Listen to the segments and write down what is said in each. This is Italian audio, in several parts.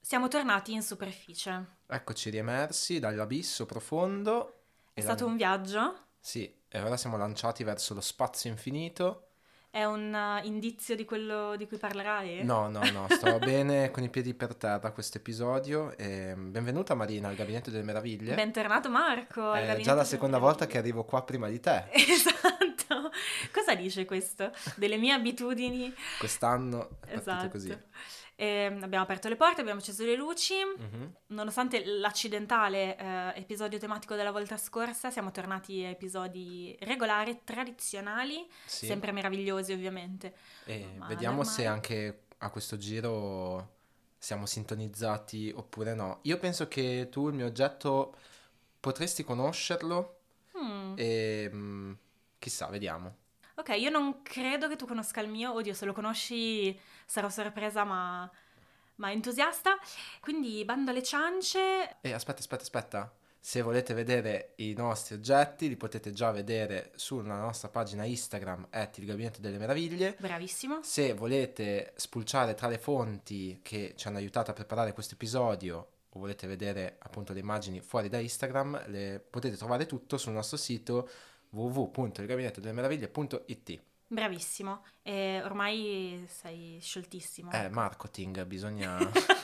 Siamo tornati in superficie. Eccoci riemersi dall'abisso profondo. È stato un viaggio? Sì, e ora siamo lanciati verso lo spazio infinito. È un indizio di quello di cui parlerai? No, sto bene con i piedi per terra questo episodio. Benvenuta Marina al Gabinetto delle Meraviglie. Bentornato Marco al È Gabinetto già la delle seconda volta Meraviglie. che arrivo qua prima di te. Esatto. Cosa dice questo? Delle mie abitudini? Quest'anno è partito così. Esatto. Abbiamo aperto le porte, abbiamo acceso le luci. Mhm. Nonostante l'accidentale episodio tematico della volta scorsa, siamo tornati a episodi regolari, tradizionali, Sì. sempre meravigliosi ovviamente. E Ma vediamo se normali. anche a questo giro siamo sintonizzati oppure no. Io penso che tu il mio oggetto potresti conoscerlo Mm. e chissà, vediamo. Ok, io non credo che tu conosca il mio, oddio, se lo conosci sarò sorpresa ma entusiasta. Quindi bando alle ciance. E aspetta. Se volete vedere i nostri oggetti, li potete già vedere sulla nostra pagina Instagram, @il Gabinetto delle Meraviglie. Bravissimo. Se volete spulciare tra le fonti che ci hanno aiutato a preparare questo episodio, o volete vedere appunto le immagini fuori da Instagram, le potete trovare tutto sul nostro sito www.ilgabinettodellemeraviglie.it. Bravissimo. E ormai sei scioltissimo. Marketing, bisogna...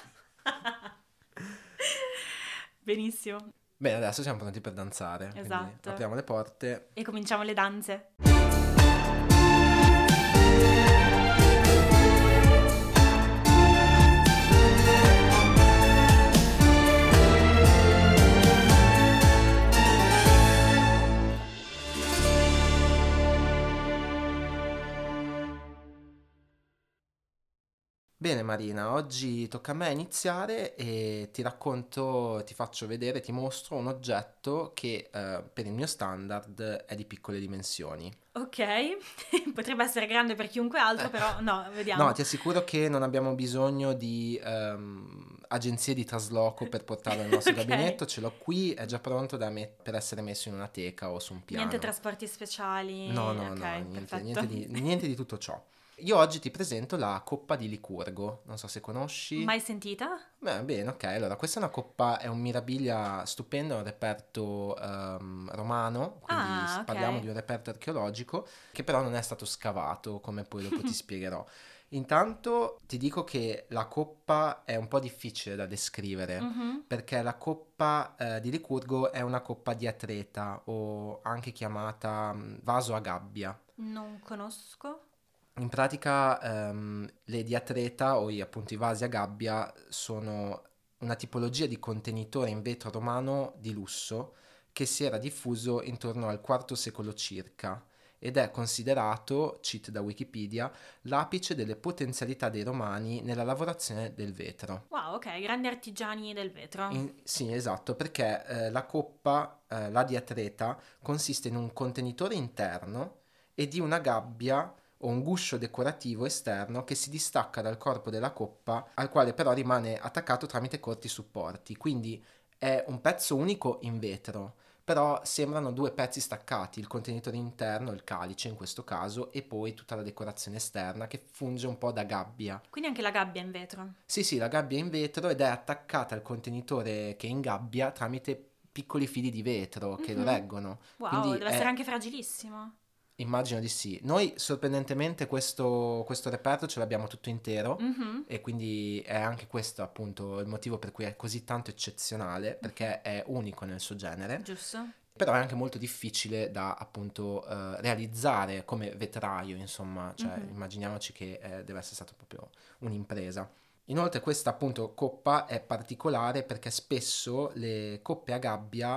Benissimo, Bene, adesso siamo pronti per danzare, quindi esatto. apriamo le porte. E cominciamo le danze. Bene Marina, oggi tocca a me iniziare e ti racconto, ti faccio vedere, ti mostro un oggetto che per il mio standard è di piccole dimensioni. Ok, potrebbe essere grande per chiunque altro, però no, vediamo. No, ti assicuro che non abbiamo bisogno di agenzie di trasloco per portarlo nel nostro Ok. gabinetto, ce l'ho qui, è già pronto per essere messo in una teca o su un piano. Niente trasporti speciali. No, Ok, perfetto. niente di tutto ciò. Io oggi ti presento la coppa di Licurgo, non so se conosci. Mai sentita? Bene, ok, allora questa è una coppa, è un mirabilia stupendo, è un reperto romano, quindi Ah, ok. parliamo di un reperto archeologico che però non è stato scavato, come poi dopo ti spiegherò. Intanto ti dico che la coppa è un po' difficile da descrivere, Mhm. perché la coppa di Licurgo è una coppa di atreta o anche chiamata vaso a gabbia. Non conosco. In pratica le diatreta o appunto i vasi a gabbia sono una tipologia di contenitore in vetro romano di lusso che si era diffuso intorno al IV secolo circa ed è considerato, cheat da Wikipedia, l'apice delle potenzialità dei romani nella lavorazione del vetro. Wow, ok, grandi artigiani del vetro. Sì, esatto, perché la coppa, la diatreta, consiste in un contenitore interno e di una gabbia o un guscio decorativo esterno che si distacca dal corpo della coppa, al quale però rimane attaccato tramite corti supporti. Quindi è un pezzo unico in vetro, però sembrano due pezzi staccati, il contenitore interno, il calice in questo caso, e poi tutta la decorazione esterna che funge un po' da gabbia. Quindi anche la gabbia è in vetro. Sì, la gabbia è in vetro ed è attaccata al contenitore che ingabbia tramite piccoli fili di vetro che lo Mhm. reggono. Wow, Quindi deve essere anche fragilissimo. immagino di sì. Noi sorprendentemente questo reperto ce l'abbiamo tutto intero Mhm. e quindi è anche questo appunto il motivo per cui è così tanto eccezionale, perché è unico nel suo genere. Giusto. Però è anche molto difficile da appunto realizzare come vetraio, insomma, cioè Mhm. immaginiamoci che deve essere stato proprio un'impresa. Inoltre questa appunto coppa è particolare perché spesso le coppe a gabbia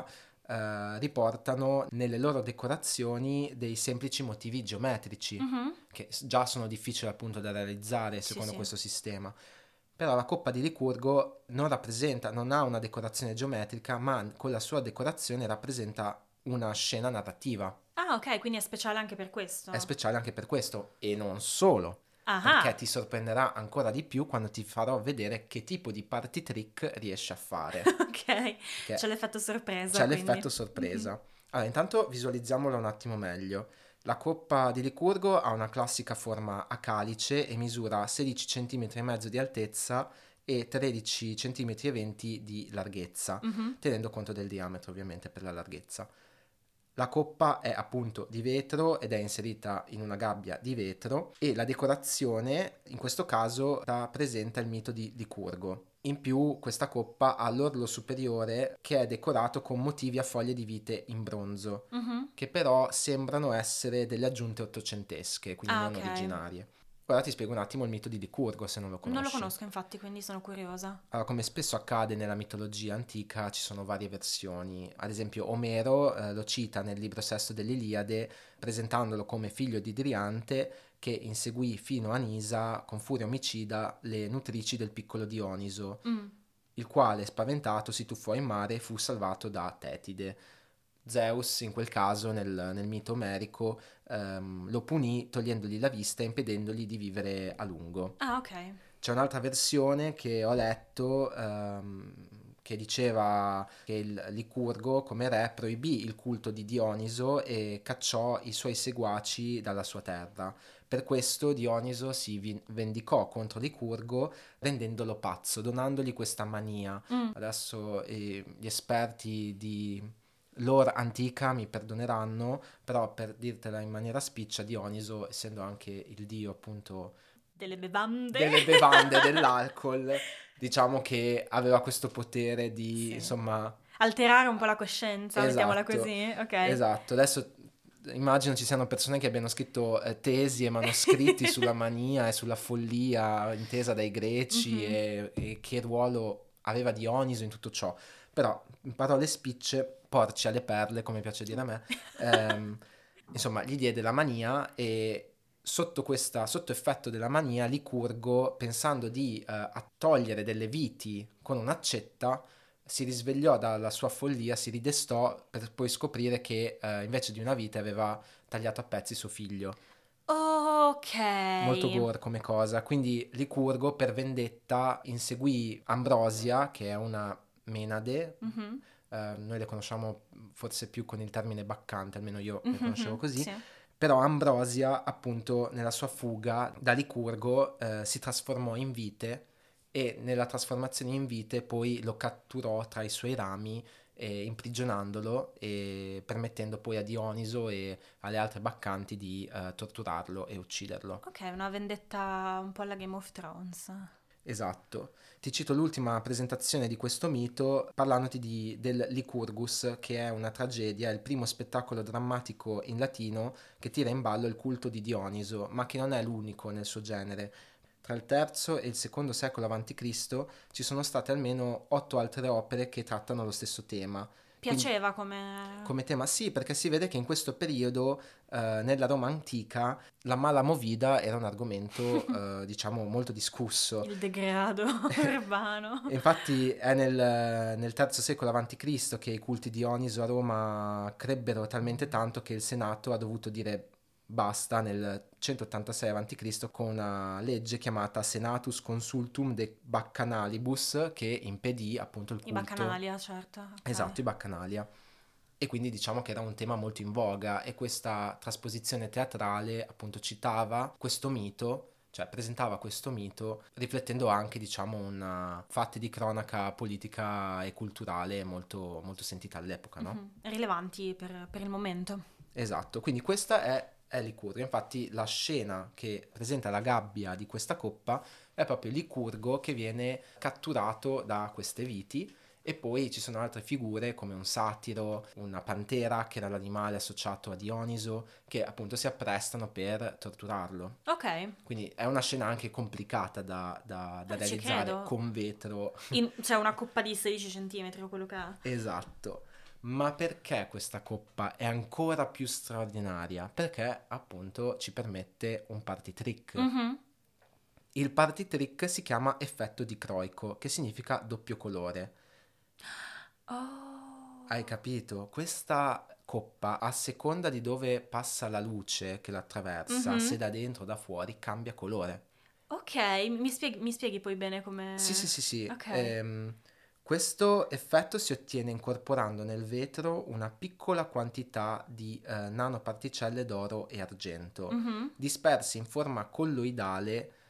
riportano nelle loro decorazioni dei semplici motivi geometrici, Mhm. che già sono difficili appunto da realizzare Sì, secondo sì. questo sistema. Però la coppa di Licurgo non ha una decorazione geometrica, ma con la sua decorazione rappresenta una scena narrativa. Ah, ok, quindi è speciale anche per questo. È speciale anche per questo, e non solo, perché Ah, ti sorprenderà ancora di più quando ti farò vedere che tipo di party trick riesce a fare. ok. Che C'è l'effetto sorpresa, c'è quindi. l'effetto sorpresa. Allora, intanto visualizziamola un attimo meglio. La coppa di Licurgo ha una classica forma a calice e misura 16 cm e mezzo di altezza e 13 cm e 20 di larghezza, tenendo conto del diametro ovviamente per la larghezza. La coppa è appunto di vetro ed è inserita in una gabbia di vetro e la decorazione in questo caso rappresenta il mito di Licurgo. In più questa coppa ha l'orlo superiore che è decorato con motivi a foglie di vite in bronzo, che però sembrano essere delle aggiunte ottocentesche, quindi non originarie. Ora ti spiego un attimo il mito di Licurgo se non lo conosci. Non lo conosco infatti, quindi sono curiosa. Allora, come spesso accade nella mitologia antica, ci sono varie versioni. Ad esempio, Omero lo cita nel libro sesto dell'Iliade, presentandolo come figlio di Driante, che inseguì fino a Nisa con furia omicida le nutrici del piccolo Dioniso, il quale, spaventato, si tuffò in mare e fu salvato da Tetide. Zeus, in quel caso, nel mito omerico, lo punì togliendogli la vista e impedendogli di vivere a lungo. Ah, ok. C'è un'altra versione che ho letto che diceva che il Licurgo come re proibì il culto di Dioniso e cacciò i suoi seguaci dalla sua terra. Per questo Dioniso si vendicò contro Licurgo rendendolo pazzo, donandogli questa mania. Adesso gli esperti di lore antica mi perdoneranno, però per dirtela in maniera spiccia, Dioniso, essendo anche il dio appunto delle bevande, dell'alcol, diciamo che aveva questo potere di, insomma, alterare un po' la coscienza, mettiamola esatto, così, ok. Esatto, adesso immagino ci siano persone che abbiano scritto tesi e manoscritti sulla mania e sulla follia intesa dai greci e che ruolo aveva Dioniso in tutto ciò. Però, in parole spicce, porci alle perle, come piace dire a me, insomma, gli diede la mania e sotto effetto della mania, Licurgo, pensando di togliere delle viti con un'accetta, si risvegliò dalla sua follia, si ridestò per poi scoprire che invece di una vite aveva tagliato a pezzi suo figlio. Ok. Molto gore come cosa. Quindi Licurgo per vendetta inseguì Ambrosia, che è una menade. Noi le conosciamo forse più con il termine baccante, almeno io le conoscevo così. Sì. Però Ambrosia, appunto, nella sua fuga da Licurgo si trasformò in vite e nella trasformazione in vite poi lo catturò tra i suoi rami, imprigionandolo e permettendo poi a Dioniso e alle altre baccanti di torturarlo e ucciderlo. Ok, una vendetta un po' alla Game of Thrones. Esatto. Ti cito l'ultima presentazione di questo mito parlandoti del Lycurgus, che è una tragedia, è il primo spettacolo drammatico in latino che tira in ballo il culto di Dioniso, ma che non è l'unico nel suo genere. Tra il III e il II secolo a.C. ci sono state almeno 8 altre opere che trattano lo stesso tema. Piaceva come tema? Sì, perché si vede che in questo periodo, nella Roma antica, la mala movida era un argomento, diciamo, molto discusso. il degrado urbano. Infatti è nel III secolo a.C. che i culti di Dioniso a Roma crebbero talmente tanto che il Senato ha dovuto dire basta nel 186 a.C. con una legge chiamata Senatus Consultum de Baccanalibus, che impedì appunto il culto. I Baccanalia, certo. Okay. Esatto, i Baccanalia. E quindi diciamo che era un tema molto in voga e questa trasposizione teatrale appunto citava questo mito, cioè presentava questo mito riflettendo anche, diciamo, fatti di cronaca politica e culturale molto, molto sentita all'epoca, no? Rilevanti per il momento. Esatto, quindi questa è Licurgo. Infatti la scena che presenta la gabbia di questa coppa è proprio Licurgo che viene catturato da queste viti, e poi ci sono altre figure come un satiro, una pantera che era l'animale associato a Dioniso, che appunto si apprestano per torturarlo. Ok. Quindi è una scena anche complicata da realizzare con vetro. C'è una coppa di 16 centimetri o quello che ha. Esatto. Ma perché questa coppa è ancora più straordinaria? Perché appunto ci permette un party trick. Il party trick si chiama effetto dicroico, che significa doppio colore. Oh. Hai capito? Questa coppa, a seconda di dove passa la luce che la attraversa, se da dentro o da fuori, cambia colore. Ok, mi spieghi poi bene come... Sì. Ok. Questo effetto si ottiene incorporando nel vetro una piccola quantità di nanoparticelle d'oro e argento, disperse in forma colloidale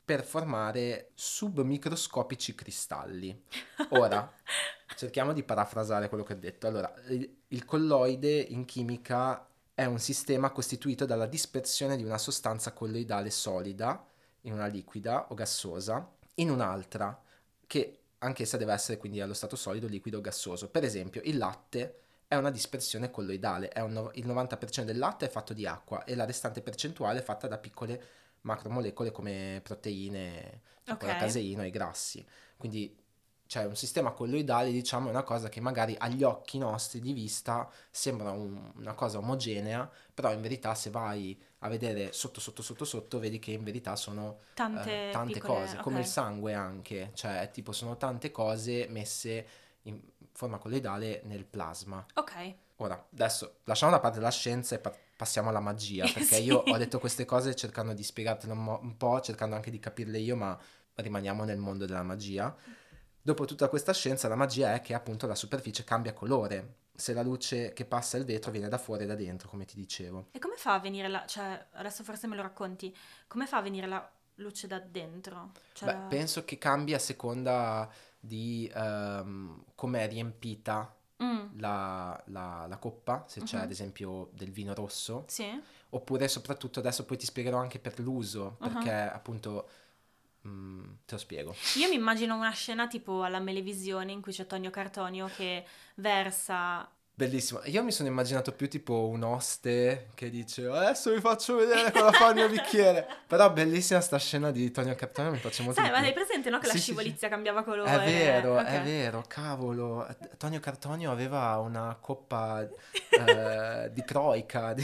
per formare submicroscopici cristalli. Ora, cerchiamo di parafrasare quello che ho detto. Allora, il colloide in chimica è un sistema costituito dalla dispersione di una sostanza colloidale solida in una liquida o gassosa in un'altra, che anch'essa deve essere quindi allo stato solido, liquido o gassoso. Per esempio, il latte è una dispersione colloidale, il 90% del latte è fatto di acqua e la restante percentuale è fatta da piccole macromolecole come proteine, tipo la Ok. caseina o i grassi. Quindi cioè un sistema colloidale, diciamo, è una cosa che magari agli occhi nostri di vista sembra una cosa omogenea, però in verità se vai a vedere sotto vedi che in verità sono Tante tante piccole... cose, come il Ok. sangue anche, cioè tipo sono tante cose messe in forma colloidale nel plasma. Ok. Ora, adesso lasciamo da parte la scienza e passiamo alla magia, perché io ho Sì. detto queste cose cercando di spiegartelo un po', cercando anche di capirle io, ma rimaniamo nel mondo della magia. Dopo tutta questa scienza, la magia è che appunto la superficie cambia colore. Se la luce che passa il vetro viene da fuori e da dentro, come ti dicevo. E come fa a venire la... Cioè, adesso forse me lo racconti. Come fa a venire la luce da dentro? Cioè, Beh, penso che cambi a seconda di come è riempita Mm, la coppa, se c'è ad mhm. esempio del vino rosso, Sì? oppure soprattutto adesso poi ti spiegherò anche per l'uso, perché Mhm. appunto te lo spiego. Io mi immagino una scena tipo alla Melevisione in cui c'è Tonio Cartonio che versa... Bellissimo. Io mi sono immaginato più tipo un oste che dice adesso vi faccio vedere cosa fa il mio bicchiere. Però bellissima sta scena di Tonio Cartone, mi piace molto Sai, di ma più. hai presente, no? Che la Sì, sì, sì. scivolizia cambiava colore. È Ok. vero, cavolo. Tonio Cartonio aveva una coppa di croica.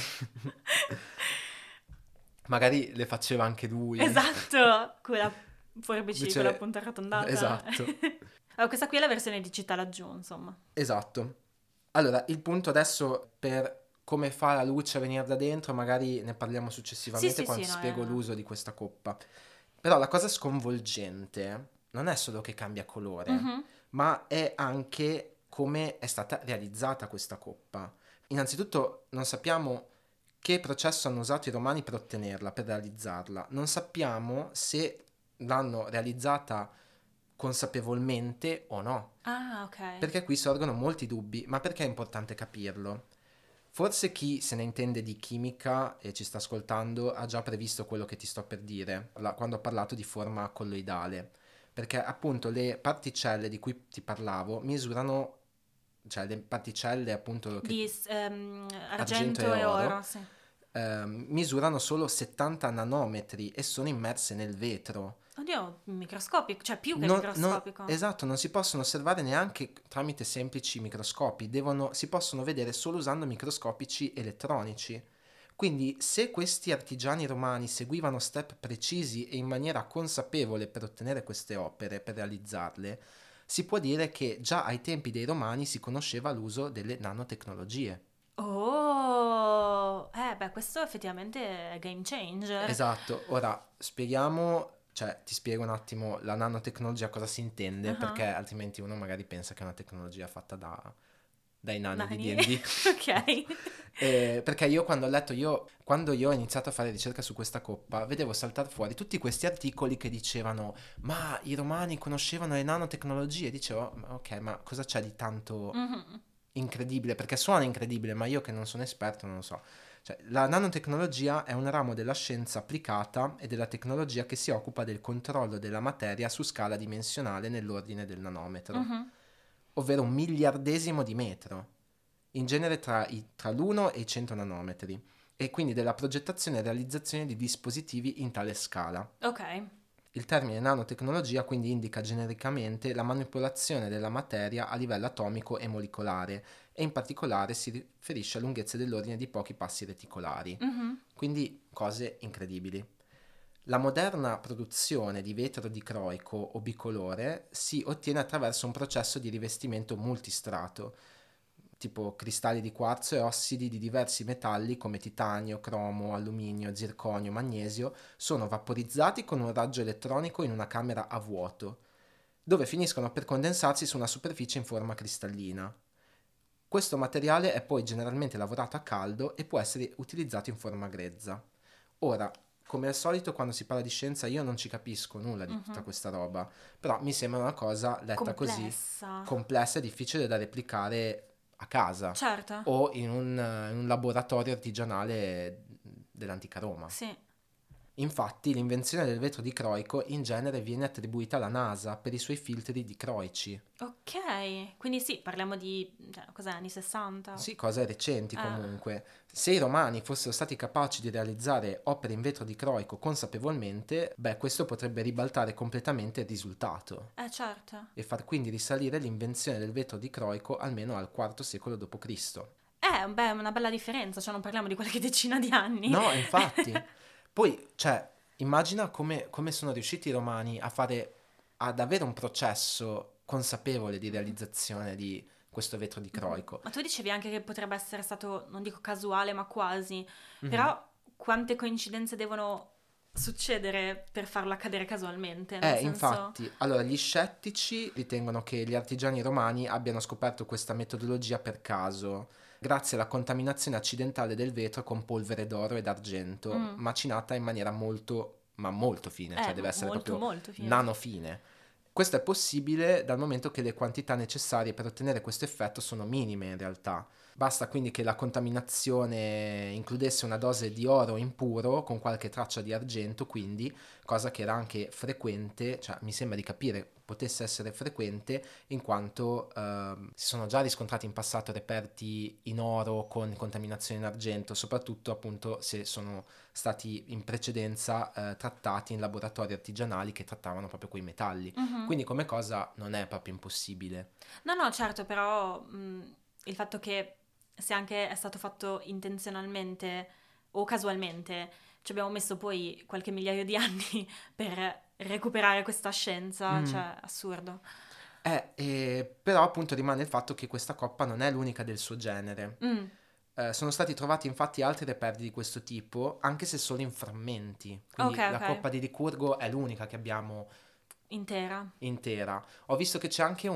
Magari le faceva anche lui. Esatto, quella forbici con la Invece, punta arrotondata. esatto. Allora, questa qui è la versione di Città laggiù, insomma. Esatto. Allora, il punto adesso per come fa la luce a venire da dentro, magari ne parliamo Sì, successivamente sì, quando sì, ti no, spiego l'uso di questa coppa. Però la cosa sconvolgente non è solo che cambia colore, Mhm. ma è anche come è stata realizzata questa coppa. Innanzitutto non sappiamo che processo hanno usato i romani per ottenerla, per realizzarla. Non sappiamo se l'hanno realizzata consapevolmente o no. Ah, ok. Perché qui sorgono molti dubbi, ma perché è importante capirlo? Forse chi se ne intende di chimica e ci sta ascoltando ha già previsto quello che ti sto per dire, quando ho parlato di forma colloidale, perché appunto le particelle di cui ti parlavo misurano, cioè le particelle appunto che Di argento argento e e oro, oro, sì. misurano solo 70 nanometri e sono immerse nel vetro. Oddio, microscopico, cioè più che microscopico. Esatto, non si possono osservare neanche tramite semplici microscopi, si possono vedere solo usando microscopici elettronici. Quindi, se questi artigiani romani seguivano step precisi e in maniera consapevole per ottenere queste opere, per realizzarle, si può dire che già ai tempi dei romani si conosceva l'uso delle nanotecnologie. Oh, beh, questo effettivamente è game changer. Esatto, ora spieghiamo, cioè ti spiego un attimo la nanotecnologia cosa si intende, perché Ah, altrimenti uno magari pensa che è una tecnologia fatta dai nani di nani, D&D. ok. Perché quando io ho iniziato a fare ricerca su questa coppa, vedevo saltare fuori tutti questi articoli che dicevano ma i romani conoscevano le nanotecnologie, dicevo ok, ma cosa c'è di tanto Mhm. incredibile? Perché suona incredibile, ma io che non sono esperto non lo so. Cioè, la nanotecnologia è un ramo della scienza applicata e della tecnologia che si occupa del controllo della materia su scala dimensionale nell'ordine del nanometro, Mhm. ovvero un miliardesimo di metro, in genere tra l'1 e i 100 nanometri, e quindi della progettazione e realizzazione di dispositivi in tale scala. Ok. Il termine nanotecnologia quindi indica genericamente la manipolazione della materia a livello atomico e molecolare e in particolare si riferisce a lunghezze dell'ordine di pochi passi reticolari, Mhm. quindi cose incredibili. La moderna produzione di vetro dicroico o bicolore si ottiene attraverso un processo di rivestimento multistrato, tipo cristalli di quarzo e ossidi di diversi metalli come titanio, cromo, alluminio, zirconio, magnesio, sono vaporizzati con un raggio elettronico in una camera a vuoto, dove finiscono per condensarsi su una superficie in forma cristallina. Questo materiale è poi generalmente lavorato a caldo e può essere utilizzato in forma grezza. Ora, come al solito quando si parla di scienza io non ci capisco nulla di tutta questa roba, però mi sembra una cosa letta così Complessa. complessa e difficile da replicare a casa Certo. o in un laboratorio artigianale dell'antica Roma. Sì. Infatti l'invenzione del vetro dicroico in genere viene attribuita alla NASA per i suoi filtri dicroici. Ok, quindi sì, parliamo di, cos'è, anni 60? Sì, cose recenti comunque. Se i romani fossero stati capaci di realizzare opere in vetro dicroico consapevolmente, beh, questo potrebbe ribaltare completamente il risultato Certo. e far quindi risalire l'invenzione del vetro dicroico almeno al IV secolo d.C. Beh, è una bella differenza, cioè non parliamo di qualche decina di anni. No, infatti. Poi, cioè, immagina come sono riusciti i romani ad avere un processo consapevole di realizzazione di questo vetro dicroico. Ma tu dicevi anche che potrebbe essere stato, non dico casuale, ma quasi. Però quante coincidenze devono succedere per farlo accadere casualmente? Nel senso... Infatti, allora gli scettici ritengono che gli artigiani romani abbiano scoperto questa metodologia per caso, grazie alla contaminazione accidentale del vetro con polvere d'oro ed argento, macinata in maniera molto, ma molto fine, cioè deve essere molto, proprio molto fine. nanofine. Questo è possibile dal momento che le quantità necessarie per ottenere questo effetto sono minime in realtà. Basta quindi che la contaminazione includesse una dose di oro impuro con qualche traccia di argento, quindi, cosa che era anche frequente, cioè mi sembra di capire potesse essere frequente in quanto si sono già riscontrati in passato reperti in oro con contaminazione in argento, soprattutto appunto se sono stati in precedenza trattati in laboratori artigianali che trattavano proprio quei metalli. Quindi come cosa non è proprio impossibile. No, certo, però il fatto che se anche è stato fatto intenzionalmente o casualmente, ci abbiamo messo poi qualche migliaio di anni per recuperare questa scienza, cioè assurdo. Però appunto rimane il fatto che questa coppa non è l'unica del suo genere. Sono stati trovati infatti altri reperti di questo tipo, anche se solo in frammenti. Quindi la coppa di Licurgo è l'unica che abbiamo intera. Ho visto che c'è anche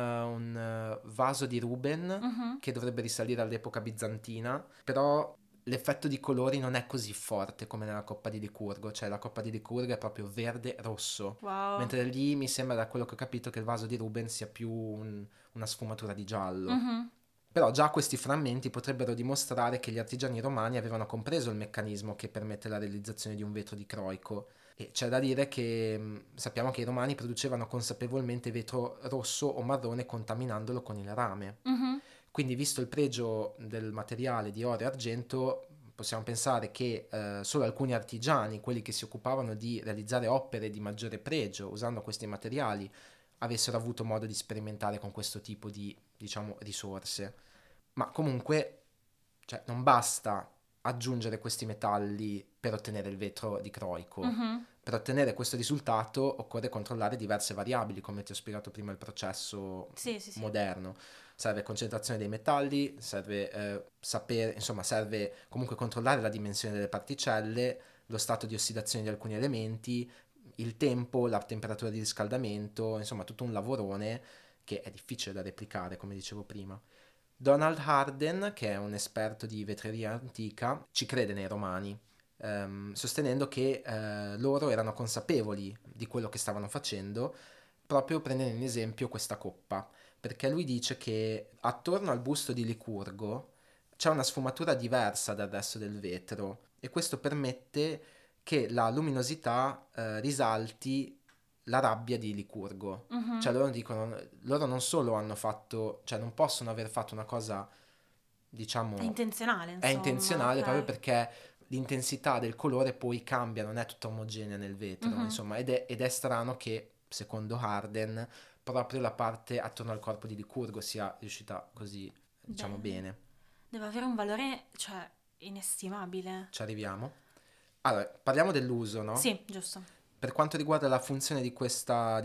un vaso di Ruben che dovrebbe risalire all'epoca bizantina, però l'effetto di colori non è così forte come nella coppa di Licurgo, cioè la coppa di Licurgo è proprio verde-rosso, Wow. mentre lì mi sembra, da quello che ho capito, che il vaso di Ruben sia più una sfumatura di giallo. Però già questi frammenti potrebbero dimostrare che gli artigiani romani avevano compreso il meccanismo che permette la realizzazione di un vetro dicroico. E c'è da dire che sappiamo che i romani producevano consapevolmente vetro rosso o marrone contaminandolo con il rame. Quindi, visto il pregio del materiale di oro e argento, possiamo pensare che solo alcuni artigiani, quelli che si occupavano di realizzare opere di maggiore pregio usando questi materiali, avessero avuto modo di sperimentare con questo tipo di, diciamo, risorse. Ma comunque, cioè, non basta aggiungere questi metalli per ottenere il vetro dicroico. Per ottenere questo risultato occorre controllare diverse variabili, come ti ho spiegato prima il processo moderno. Serve concentrazione dei metalli, serve sapere, insomma, serve comunque controllare la dimensione delle particelle, lo stato di ossidazione di alcuni elementi, il tempo, la temperatura di riscaldamento, insomma, tutto un lavorone che è difficile da replicare, come dicevo prima. Donald Harden, che è un esperto di vetreria antica, ci crede nei romani, sostenendo che loro erano consapevoli di quello che stavano facendo, proprio prendendo in esempio questa coppa, perché lui dice che attorno al busto di Licurgo c'è una sfumatura diversa dal resto del vetro e questo permette che la luminosità risalti la rabbia di Licurgo. Cioè loro dicono, loro non solo hanno fatto, cioè non possono aver fatto una cosa, diciamo... È intenzionale, insomma. È intenzionale proprio perché l'intensità del colore poi cambia, non è tutta omogenea nel vetro, insomma, ed è strano che, secondo Harden, proprio la parte attorno al corpo di Licurgo sia riuscita così, diciamo, bene. Deve avere un valore, cioè, inestimabile. Ci arriviamo? Allora, parliamo dell'uso, no? Sì, giusto. Per quanto riguarda la funzione di questa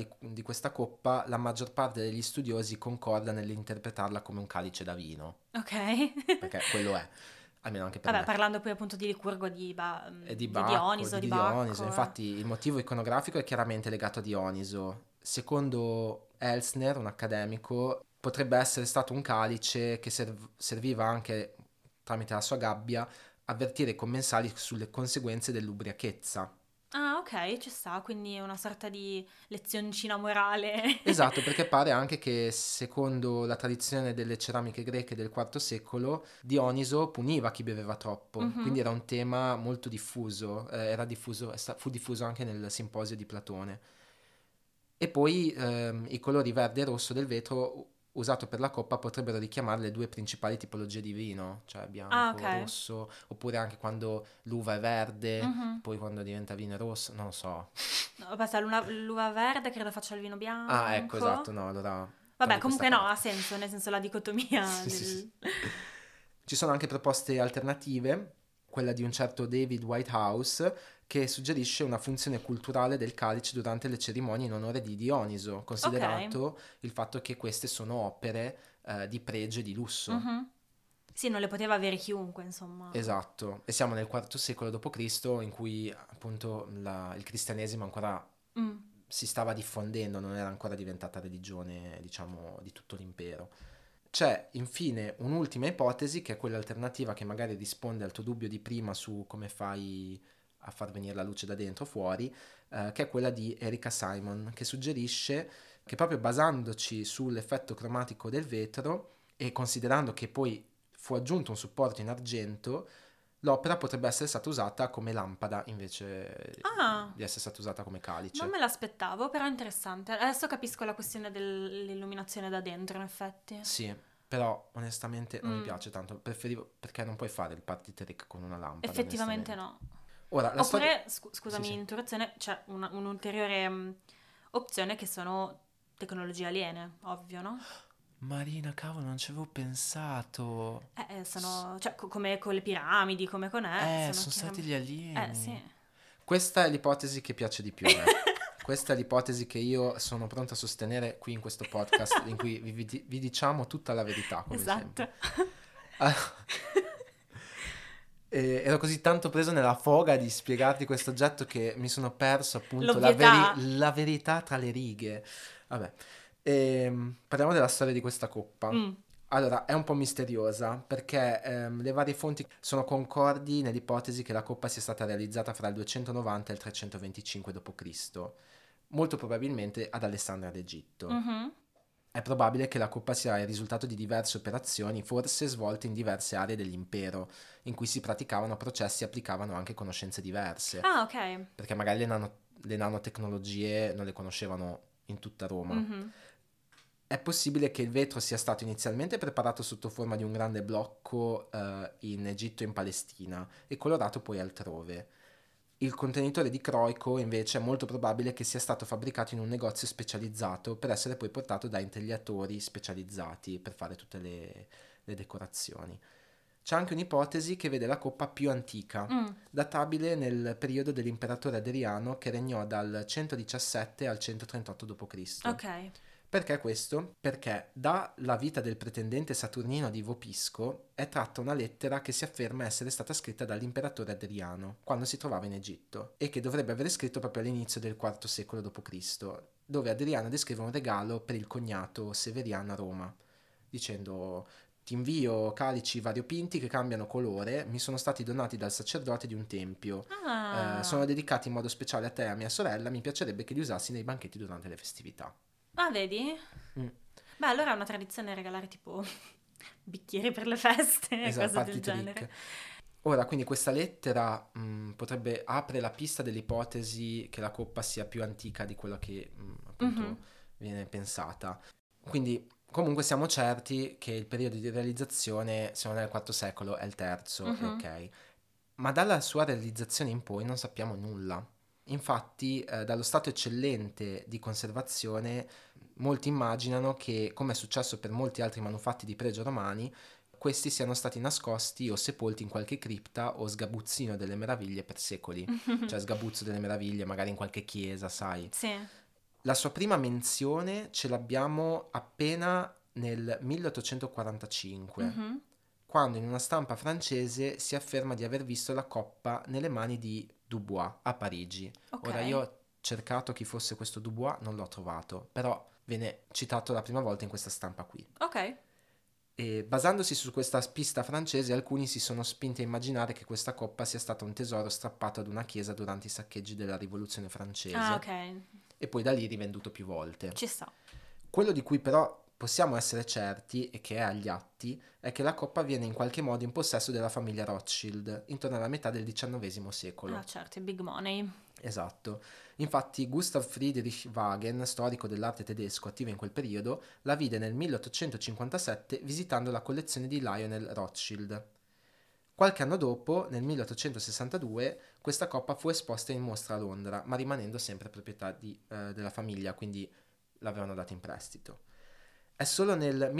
coppa, la maggior parte degli studiosi concorda nell'interpretarla come un calice da vino. Ok. Perché quello è, almeno anche per me. Parlando poi appunto di Licurgo, di Bacco, Dioniso, di Bacco. Infatti il motivo iconografico è chiaramente legato a Dioniso. Secondo Elsner, un accademico, potrebbe essere stato un calice che serviva anche tramite la sua gabbia avvertire i commensali sulle conseguenze dell'ubriachezza. Ah, ok, ci sta, quindi è una sorta di lezioncina morale. Esatto, perché pare anche che secondo la tradizione delle ceramiche greche del IV secolo, Dioniso puniva chi beveva troppo, Mhm. quindi era un tema molto diffuso, fu diffuso anche nel Simposio di Platone. E poi i colori verde e rosso del vetro usato per la coppa potrebbero richiamare le due principali tipologie di vino, cioè Ah, bianco, ok. rosso, oppure anche quando l'uva è verde, Mhm. poi quando diventa vino è rosso, non lo so. No, basta, l'uva verde credo faccia il vino Ah, ecco, esatto, bianco. no, allora Vabbè, togli questa comunque no, ha parte. senso, nel senso la dicotomia Sì, sì, sì. del... Ci sono anche proposte alternative, quella di un certo David Whitehouse, che suggerisce una funzione culturale del calice durante le cerimonie in onore di Dioniso, Ok. considerato il fatto che queste sono opere di pregio e di lusso. Mhm. Sì, non le poteva avere chiunque, insomma. Esatto, e siamo nel IV secolo d.C. in cui appunto il cristianesimo ancora Mm. si stava diffondendo, non era ancora diventata religione, diciamo, di tutto l'impero. C'è infine un'ultima ipotesi, che è quella alternativa che magari risponde al tuo dubbio di prima su come fai a far venire la luce da dentro fuori, che è quella di Erika Simon, che suggerisce che proprio basandoci sull'effetto cromatico del vetro e considerando che poi fu aggiunto un supporto in argento, l'opera potrebbe essere stata usata come lampada invece Ah, di essere stata usata come non calice. me l'aspettavo, però è interessante. Adesso capisco la questione dell'illuminazione da dentro, in effetti. Sì, però onestamente non mi Mm. piace tanto, preferivo perché non puoi fare il party trick con una lampada, Effettivamente onestamente. no. Ora, la storia... Oppure, Sì, scusami sì. l'interruzione, c'è un'ulteriore opzione che sono tecnologie aliene, ovvio, no? Marina, cavolo, non ci avevo pensato. Sono, cioè, come con le piramidi, come con sono Sono stati gli chiaramente... Sì. alieni. Questa è l'ipotesi che piace di più a me. Questa è l'ipotesi che io sono pronto a sostenere qui in questo podcast, in cui vi diciamo tutta la verità, come Esatto. sempre. Ah, ero così tanto preso nella foga di spiegarti questo oggetto che mi sono perso appunto L'ovvietà. la verità tra le righe. Vabbè, parliamo della storia di questa coppa. Mm, Allora, è un po' misteriosa perché le varie fonti sono concordi nell'ipotesi che la coppa sia stata realizzata fra il 290 e il 325 d.C., molto probabilmente ad Alessandria d'Egitto. mhm. È probabile che la coppa sia il risultato di diverse operazioni, forse svolte in diverse aree dell'impero, in cui si praticavano processi e applicavano anche conoscenze diverse, Ah, ok. perché magari le nanotecnologie non le conoscevano in tutta Roma. Mhm. È possibile che il vetro sia stato inizialmente preparato sotto forma di un grande blocco in Egitto e in Palestina e colorato poi altrove. Il contenitore di Croico invece è molto probabile che sia stato fabbricato in un negozio specializzato per essere poi portato da intagliatori specializzati per fare tutte le decorazioni. C'è anche un'ipotesi che vede la coppa più antica, Mm, databile nel periodo dell'imperatore Adriano che regnò dal 117 al 138 d.C. ok. Perché questo? Perché dalla vita del pretendente saturnino di Vopisco è tratta una lettera che si afferma essere stata scritta dall'imperatore Adriano quando si trovava in Egitto e che dovrebbe aver scritto proprio all'inizio del IV secolo d.C., dove Adriano descrive un regalo per il cognato Severiano a Roma, dicendo: ti invio calici variopinti che cambiano colore, mi sono stati donati dal sacerdote di un tempio, sono Ah, dedicati in modo speciale a te e a mia sorella, mi piacerebbe che li usassi nei banchetti durante le festività. ah, vedi? Mm. Beh, allora è una tradizione regalare tipo bicchieri per le feste, Esatto, cose party del genere. trick. Ora, quindi questa lettera apre la pista dell'ipotesi che la coppa sia più antica di quella che Mhm. appunto viene pensata. Quindi comunque siamo certi che il periodo di realizzazione, se non è il IV secolo, è il terzo, e Mhm. ok. Ma dalla sua realizzazione in poi non sappiamo nulla. Infatti, dallo stato eccellente di conservazione, molti immaginano che, come è successo per molti altri manufatti di pregio romani, questi siano stati nascosti o sepolti in qualche cripta o sgabuzzino delle meraviglie per secoli. Cioè sgabuzzo delle meraviglie, magari in qualche chiesa, sai. Sì. La sua prima menzione ce l'abbiamo appena nel 1845, Mhm. quando in una stampa francese si afferma di aver visto la coppa nelle mani di Dubois a Parigi. Ok. Ora io ho cercato chi fosse questo Dubois, non l'ho trovato, però viene citato la prima volta in questa stampa qui. Ok. E basandosi su questa pista francese, alcuni si sono spinti a immaginare che questa coppa sia stata un tesoro strappato ad una chiesa durante i saccheggi della Rivoluzione francese. Ah, ok. E poi da lì rivenduto più volte. Ci sta. Quello di cui però possiamo essere certi, e che è agli atti, è che la coppa viene in qualche modo in possesso della famiglia Rothschild, intorno alla metà del XIX secolo. Ah, certo, i big money. Esatto. Infatti Gustav Friedrich Wagen, storico dell'arte tedesco attivo in quel periodo, la vide nel 1857 visitando la collezione di Lionel Rothschild. Qualche anno dopo, nel 1862, questa coppa fu esposta in mostra a Londra, ma rimanendo sempre proprietà della famiglia, quindi l'avevano data in prestito. È solo nel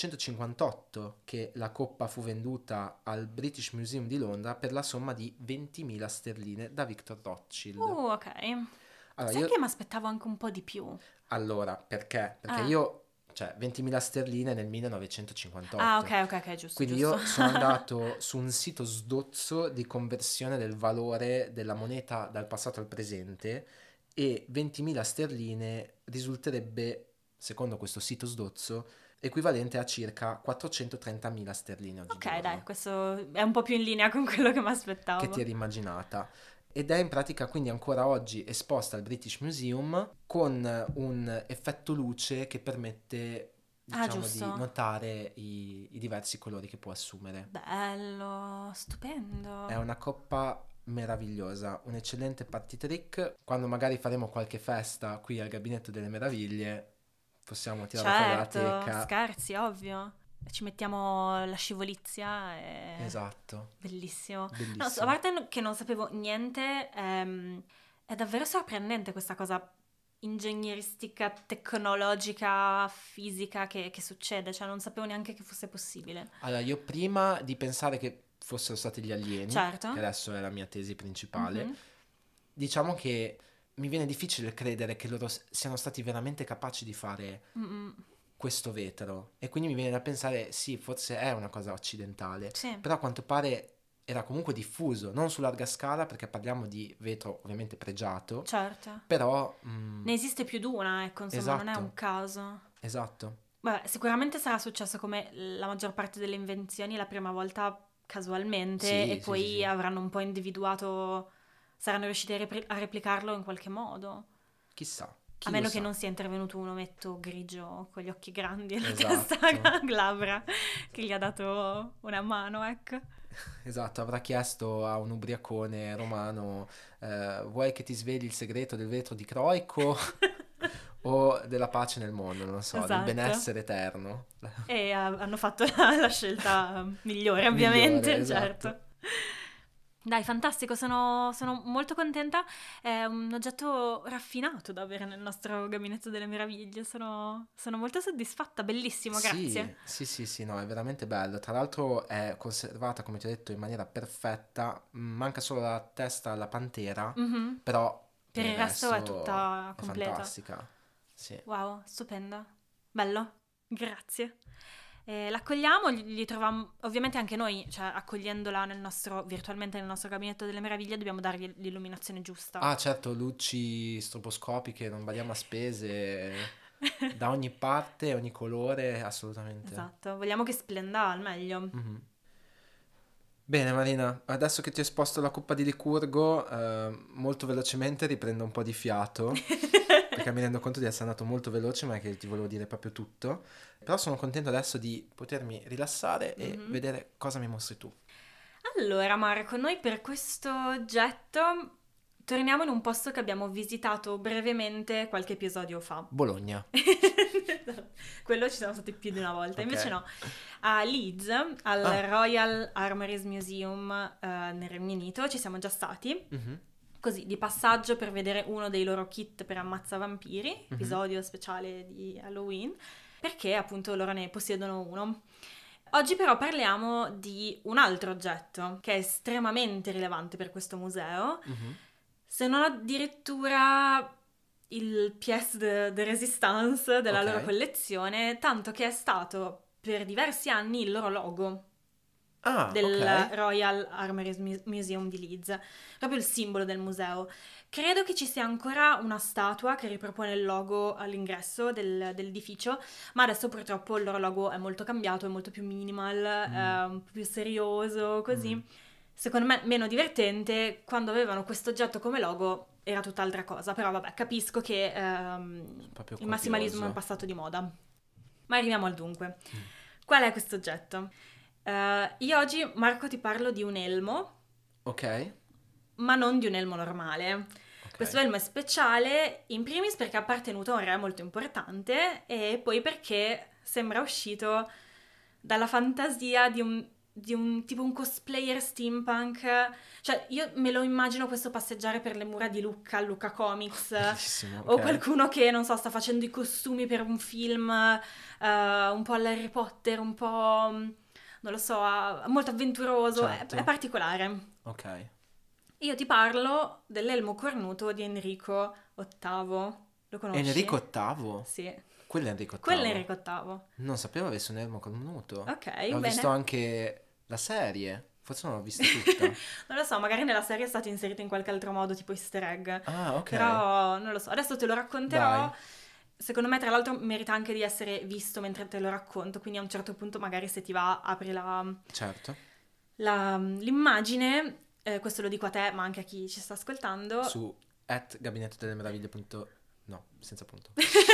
1958 che la coppa fu venduta al British Museum di Londra per la somma di 20.000 sterline da Victor Rothschild. Ok. Allora, Sai che mi aspettavo anche un po' di più. Allora, perché? Perché cioè 20.000 sterline nel 1958. Ah, ok, giusto. Quindi giusto. io sono andato su un sito sdozzo di conversione del valore della moneta dal passato al presente e 20.000 sterline risulterebbe, secondo questo sito sdozzo, equivalente a circa 430.000 sterline oggigiorno. Ok, dai, questo è un po' più in linea con quello che mi aspettavo. Che ti eri immaginata. Ed è in pratica quindi ancora oggi esposta al British Museum con un effetto luce che permette, diciamo, di notare i diversi colori che può assumere. Bello, stupendo. È una coppa meravigliosa, un eccellente party trick. Quando magari faremo qualche festa qui al Gabinetto delle Meraviglie, possiamo tirare fuori la teca. Scherzi, ovvio. Ci mettiamo la scivolizia e... Esatto. Bellissimo. Bellissimo. No, a parte che non sapevo niente, è davvero sorprendente questa cosa ingegneristica, tecnologica, fisica che succede. Cioè non sapevo neanche che fosse possibile. Allora, io prima di pensare che fossero stati gli alieni, certo, che adesso è la mia tesi principale, diciamo che mi viene difficile credere che loro siano stati veramente capaci di fare questo vetro, e quindi mi viene da pensare sì, forse è una cosa occidentale, sì. Però a quanto pare era comunque diffuso, non su larga scala perché parliamo di vetro ovviamente pregiato, certo, però ne esiste più di una, ecco, insomma, esatto. Non è un caso. Esatto. Vabbè, sicuramente sarà successo come la maggior parte delle invenzioni la prima volta casualmente, Sì, e poi sì. avranno un po' individuato, saranno riusciti a replicarlo in qualche modo. Chissà. A meno che non sia intervenuto un ometto grigio con gli occhi grandi e la Esatto. testa glabra che gli ha dato una mano, ecco. Esatto, avrà chiesto a un ubriacone romano vuoi che ti svegli il segreto del vetro di Croico o della pace nel mondo, non so, del benessere eterno. E hanno fatto la scelta migliore, ovviamente, esatto. certo. Dai, fantastico, sono molto contenta. È un oggetto raffinato da avere nel nostro Gabinetto delle Meraviglie. Sono molto soddisfatta, bellissimo, grazie. Sì, no, è veramente bello. Tra l'altro è conservata, come ti ho detto, in maniera perfetta. Manca solo la testa alla pantera, però per il resto è tutta completa. Fantastica. Sì. Wow, stupenda. Bello, grazie. L'accogliamo, gli troviamo, ovviamente anche noi, cioè accogliendola virtualmente nel nostro Gabinetto delle Meraviglie, dobbiamo dargli l'illuminazione giusta. Ah, certo, luci stroboscopiche, non badiamo a spese, da ogni parte, ogni colore, assolutamente. Esatto, vogliamo che splenda al meglio. Bene Marina, adesso che ti ho esposto la coppa di Licurgo, molto velocemente riprendo un po' di fiato. Perché mi rendo conto di essere andato molto veloce, ma che ti volevo dire proprio tutto. Però sono contento adesso di potermi rilassare e vedere cosa mi mostri tu. Allora Marco, noi per questo oggetto torniamo in un posto che abbiamo visitato brevemente qualche episodio fa. Bologna. Quello ci siamo stati più di una volta, invece no. A Leeds, al Royal Armouries Museum nel Regno Unito, ci siamo già stati. Così, di passaggio per vedere uno dei loro kit per ammazzavampiri, episodio speciale di Halloween, perché appunto loro ne possiedono uno. Oggi però parliamo di un altro oggetto che è estremamente rilevante per questo museo, se non addirittura il pièce de résistance della loro collezione, tanto che è stato per diversi anni il loro logo. del ok. Royal Armouries Museum di Leeds, proprio il simbolo del museo. Credo che ci sia ancora una statua che ripropone il logo all'ingresso dell'edificio, ma adesso purtroppo il loro logo è molto cambiato, è molto più minimal, è un po' più serioso, così. Secondo me meno divertente. Quando avevano questo oggetto come logo era tutt'altra cosa, però vabbè, capisco che Proprio il massimalismo curioso. è passato di moda. Ma arriviamo al dunque. Qual è questo oggetto? Io oggi, Marco, ti parlo di un elmo, Ok, ma non di un elmo normale. ok. Questo elmo è speciale, in primis perché è appartenuto a un re molto importante e poi perché sembra uscito dalla fantasia di un tipo un cosplayer steampunk. Cioè, io me lo immagino questo passeggiare per le mura di Lucca, Lucca Comics, Bellissimo, o ok. qualcuno che, non so, sta facendo i costumi per un film, un po' all'Harry Potter, un po', non lo so, molto avventuroso, Certo. è particolare. Ok. Io ti parlo dell'elmo cornuto di Enrico VIII. Lo conosci? Enrico VIII? Sì. Quello è Enrico Quello è VIII. Enrico VIII. Non sapevo avesse un elmo cornuto. Ok, Ho bene. visto anche la serie. Forse non l'ho vista tutta. Non lo so, magari nella serie è stato inserito in qualche altro modo, tipo easter egg. Ah, ok. Però non lo so. Adesso te lo racconterò. Dai. Secondo me, tra l'altro, merita anche di essere visto mentre te lo racconto. Quindi a un certo punto, magari se ti va, apri Certo. l'immagine. Questo lo dico a te, ma anche a chi ci sta ascoltando. Su @gabinetto delle meraviglie. No, senza punto.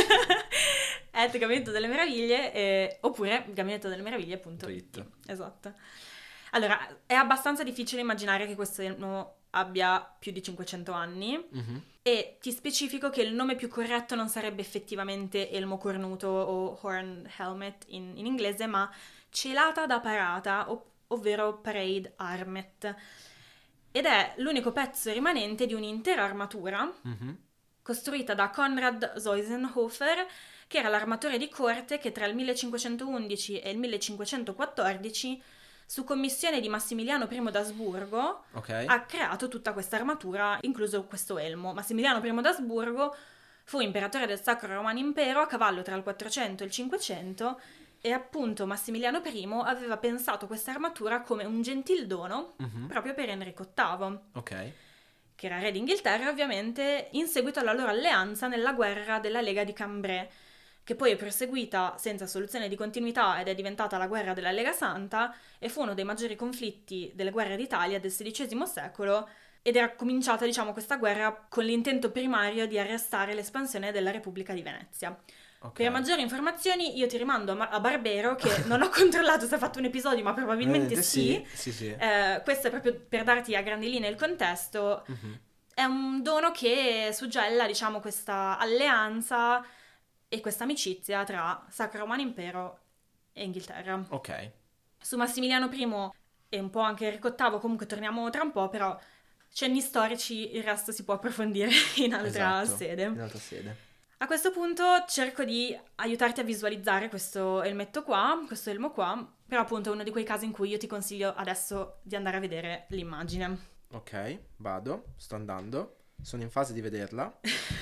Gabinetto delle Meraviglie oppure gabinettodellemeraviglie.it. It. Esatto. Allora, è abbastanza difficile immaginare che questo elmo abbia più di 500 anni Mhm. e ti specifico che il nome più corretto non sarebbe effettivamente elmo cornuto o horn helmet in inglese, ma celata da parata, ovvero parade armet. Ed è l'unico pezzo rimanente di un'intera armatura Mhm. costruita da Konrad Zeusenhofer, che era l'armatore di corte che tra il 1511 e il 1514, su commissione di Massimiliano I d'Asburgo, Ok. ha creato tutta questa armatura, incluso questo elmo. Massimiliano I d'Asburgo fu imperatore del Sacro Romano Impero a cavallo tra il 400 e il 500 e appunto Massimiliano I aveva pensato questa armatura come un gentildono Mhm. proprio per Enrico VIII, Ok. che era re d'Inghilterra ovviamente, in seguito alla loro alleanza nella guerra della Lega di Cambrai, che poi è proseguita senza soluzione di continuità ed è diventata la guerra della Lega Santa e fu uno dei maggiori conflitti delle guerre d'Italia del XVI secolo ed era cominciata, diciamo, questa guerra con l'intento primario di arrestare l'espansione della Repubblica di Venezia. Ok. Per maggiori informazioni io ti rimando a Barbero, che non ho controllato se ha fatto un episodio, ma probabilmente sì. Sì, sì. Questo è proprio per darti a grandi linee il contesto. Mhm. È un dono che suggella, diciamo, questa alleanza e questa amicizia tra Sacro Romano Impero e Inghilterra. Ok. Su Massimiliano I e un po' anche Enrico VIII, comunque torniamo tra un po', però cenni storici, il resto si può approfondire in altra Esatto. sede. In altra sede. A questo punto cerco di aiutarti a visualizzare questo elmetto qua, questo elmo qua, però appunto è uno di quei casi in cui io ti consiglio adesso di andare a vedere l'immagine. Ok, vado, sto andando. Sono in fase di vederla.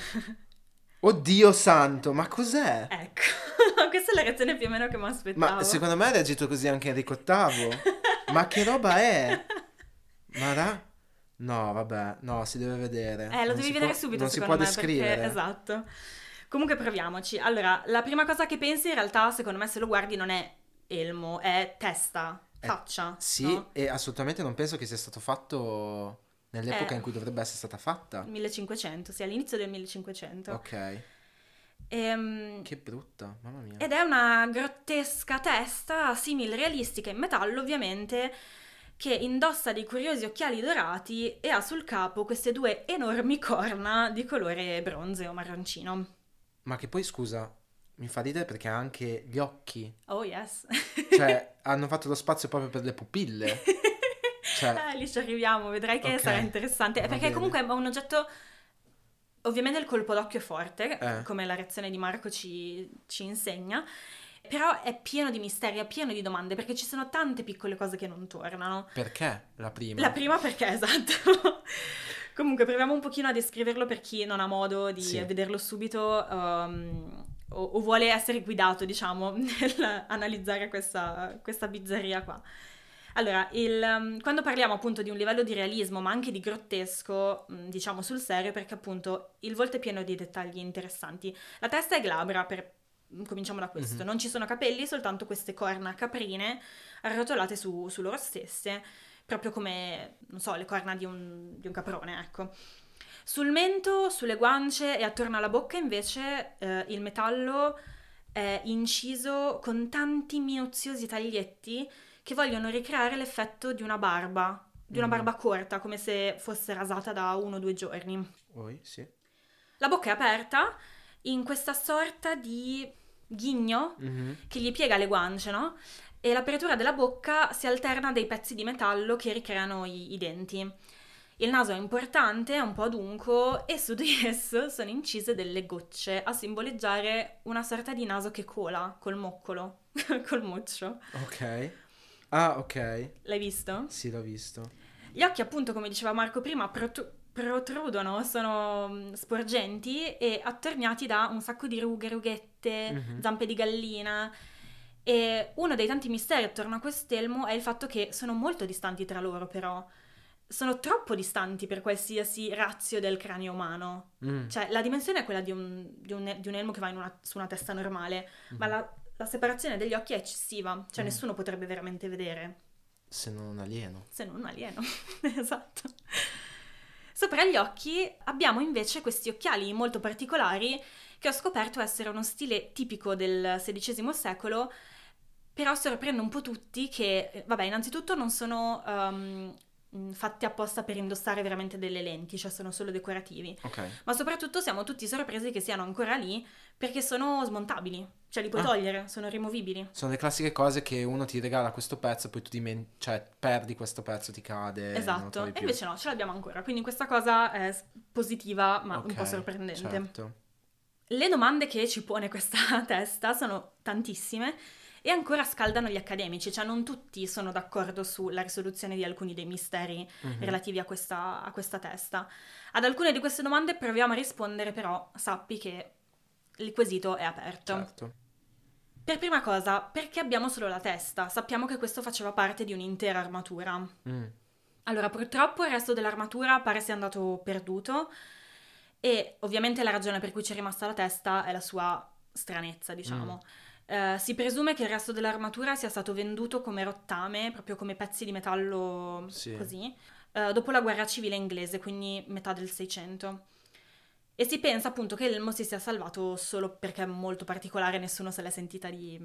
Oddio santo, ma cos'è? Ecco, questa è la reazione più o meno che mi aspettavo. Ma secondo me ha reagito così anche Enrico VIII. Ma che roba è? No, vabbè, no, si deve vedere. Lo Non devi si vedere può- subito, non si secondo può me, descrivere. perché esatto. Comunque proviamoci. Allora, la prima cosa che pensi in realtà, secondo me, se lo guardi non è elmo, è testa, faccia. Sì, no? e assolutamente non penso che sia stato fatto nell'epoca Eh. in cui dovrebbe essere stata fatta. 1500, sì, all'inizio del 1500. Ok, Ehm, che brutta, mamma mia. Ed è una grottesca testa, simil realistica in metallo ovviamente, che indossa dei curiosi occhiali dorati e ha sul capo queste due enormi corna di colore bronze o marroncino. Ma che poi, scusa, mi fa ridere perché ha anche gli occhi. Oh yes. Cioè, hanno fatto lo spazio proprio per le pupille. Cioè, Lì ci arriviamo, vedrai che ok, sarà interessante. va Perché bene. comunque è un oggetto. Ovviamente il colpo d'occhio è forte, Eh. come la reazione di Marco ci insegna, però è pieno di misteri, è pieno di domande, perché ci sono tante piccole cose che non tornano. Perché la prima? La prima perché, esatto. Comunque proviamo un pochino a descriverlo per chi non ha modo di Sì. vederlo subito o vuole essere guidato, diciamo, nell'analizzare questa bizzarria qua. Allora, quando parliamo appunto di un livello di realismo, ma anche di grottesco, diciamo sul serio, perché appunto il volto è pieno di dettagli interessanti. La testa è glabra, cominciamo da questo. Non ci sono capelli, soltanto queste corna caprine arrotolate su loro stesse, proprio come, non so, le corna di un caprone, ecco. Sul mento, sulle guance e attorno alla bocca invece il metallo è inciso con tanti minuziosi taglietti che vogliono ricreare l'effetto di una barba corta, come se fosse rasata da 1 o 2 giorni. Sì. La bocca è aperta in questa sorta di ghigno che gli piega le guance, no? E l'apertura della bocca si alterna a dei pezzi di metallo che ricreano i denti. Il naso è importante, è un po' adunco e su di esso sono incise delle gocce a simboleggiare una sorta di naso che cola col moccolo, col muccio. Ok. Ah, ok. L'hai visto? Sì, l'ho visto. Gli occhi, appunto, come diceva Marco prima, protrudono, sono sporgenti e attorniati da un sacco di rughe, rughette, zampe di gallina. E uno dei tanti misteri attorno a quest'elmo è il fatto che sono molto distanti tra loro, però. Sono troppo distanti per qualsiasi razio del cranio umano. Cioè, la dimensione è quella di un elmo che va su una testa normale, ma la separazione degli occhi è eccessiva. Cioè, nessuno potrebbe veramente vedere. Se non un alieno. Se non un alieno, esatto. Sopra gli occhi abbiamo invece questi occhiali molto particolari che ho scoperto essere uno stile tipico del XVI secolo, però sorprende un po' tutti che, vabbè, innanzitutto non sono fatti apposta per indossare veramente delle lenti, cioè sono solo decorativi. Ok. Ma soprattutto siamo tutti sorpresi che siano ancora lì perché sono smontabili, cioè li puoi togliere, sono rimovibili. Sono le classiche cose che uno ti regala questo pezzo, poi tu cioè perdi questo pezzo, ti cade. Esatto, e invece no, ce l'abbiamo ancora, quindi questa cosa è positiva ma un po' sorprendente. Certo. Le domande che ci pone questa testa sono tantissime e ancora scaldano gli accademici, cioè non tutti sono d'accordo sulla risoluzione di alcuni dei misteri relativi a questa testa. Ad alcune di queste domande proviamo a rispondere, però sappi che il quesito è aperto. Certo. Per prima cosa, perché abbiamo solo la testa? Sappiamo che questo faceva parte di un'intera armatura. Allora, purtroppo il resto dell'armatura pare sia andato perduto e ovviamente la ragione per cui ci è rimasta la testa è la sua stranezza, diciamo. Si presume che il resto dell'armatura sia stato venduto come rottame, proprio come pezzi di metallo così, dopo la guerra civile inglese, quindi metà del 600. E si pensa appunto che l'elmo si sia salvato solo perché è molto particolare, nessuno se l'è sentita di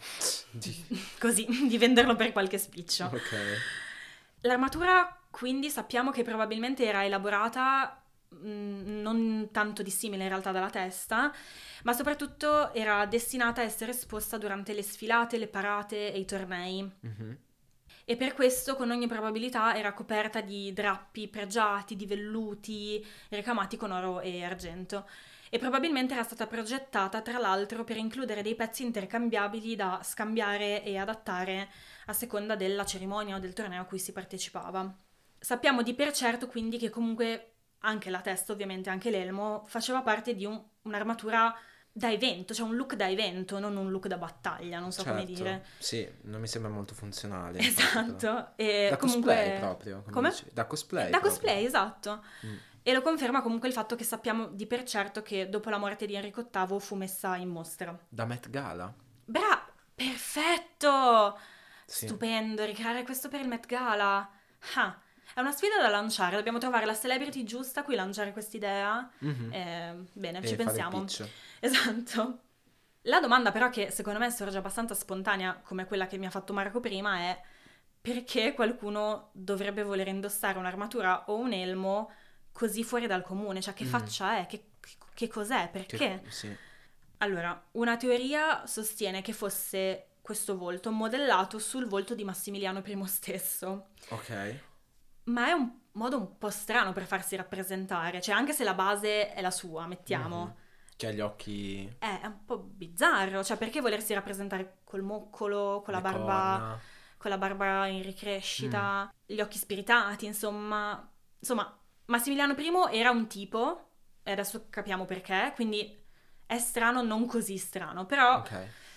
venderlo per qualche spiccio. Ok. L'armatura quindi sappiamo che probabilmente era elaborata non tanto dissimile in realtà dalla testa, ma soprattutto era destinata a essere esposta durante le sfilate, le parate e i tornei. E per questo con ogni probabilità era coperta di drappi pregiati, di velluti ricamati con oro e argento. E probabilmente era stata progettata tra l'altro per includere dei pezzi intercambiabili da scambiare e adattare a seconda della cerimonia o del torneo a cui si partecipava. Sappiamo di per certo quindi che comunque anche la testa, ovviamente anche l'elmo, faceva parte di un'armatura da evento, cioè un look da evento, non un look da battaglia, non so come dire. Sì, non mi sembra molto funzionale. Esatto. E da comunque... cosplay proprio. Come? Dici. Da cosplay. Da proprio. cosplay, esatto. E lo conferma comunque il fatto che sappiamo di per certo che dopo la morte di Enrico VIII fu messa in mostra. Da Met Gala? Perfetto! Sì. Stupendo, ricreare questo per il Met Gala. È una sfida da lanciare, dobbiamo trovare la celebrity giusta a cui lanciare quest'idea. Bene, ci pensiamo. Esatto. La domanda però che secondo me sorge abbastanza spontanea, come quella che mi ha fatto Marco prima, è perché qualcuno dovrebbe voler indossare un'armatura o un elmo così fuori dal comune? Cioè, che faccia è? Che cos'è? Perché? Sì. Allora, una teoria sostiene che fosse questo volto modellato sul volto di Massimiliano I stesso. Ok. Ma è un modo un po' strano per farsi rappresentare, cioè anche se la base è la sua, mettiamo. Che ha gli occhi... È un po' bizzarro, cioè perché volersi rappresentare col moccolo, con la barba in ricrescita, gli occhi spiritati, insomma. Insomma, Massimiliano I era un tipo, e adesso capiamo perché, quindi è strano, non così strano, però... Ok.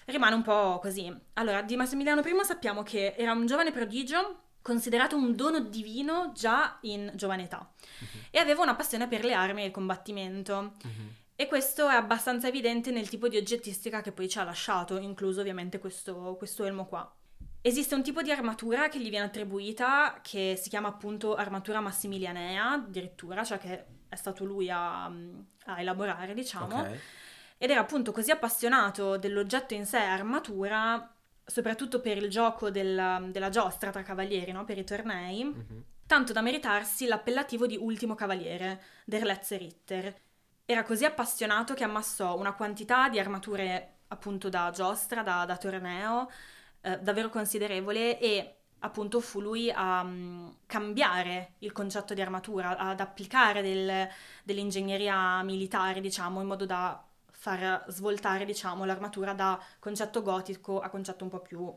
rimane un po' così. Allora, di Massimiliano I sappiamo che era un giovane prodigio, considerato un dono divino già in giovane età, e aveva una passione per le armi e il combattimento. E questo è abbastanza evidente nel tipo di oggettistica che poi ci ha lasciato, incluso ovviamente questo elmo qua. Esiste un tipo di armatura che gli viene attribuita, che si chiama appunto armatura massimilianea, addirittura, cioè che è stato lui a elaborare, diciamo. Ok. Ed era appunto così appassionato dell'oggetto in sé, armatura, soprattutto per il gioco della giostra tra cavalieri, no? Per i tornei, tanto da meritarsi l'appellativo di ultimo cavaliere, der letzte Ritter. Era così appassionato che ammassò una quantità di armature appunto da giostra, da torneo, davvero considerevole, e appunto fu lui a cambiare il concetto di armatura, ad applicare dell'ingegneria militare, diciamo, in modo da far svoltare, diciamo, l'armatura da concetto gotico a concetto un po' più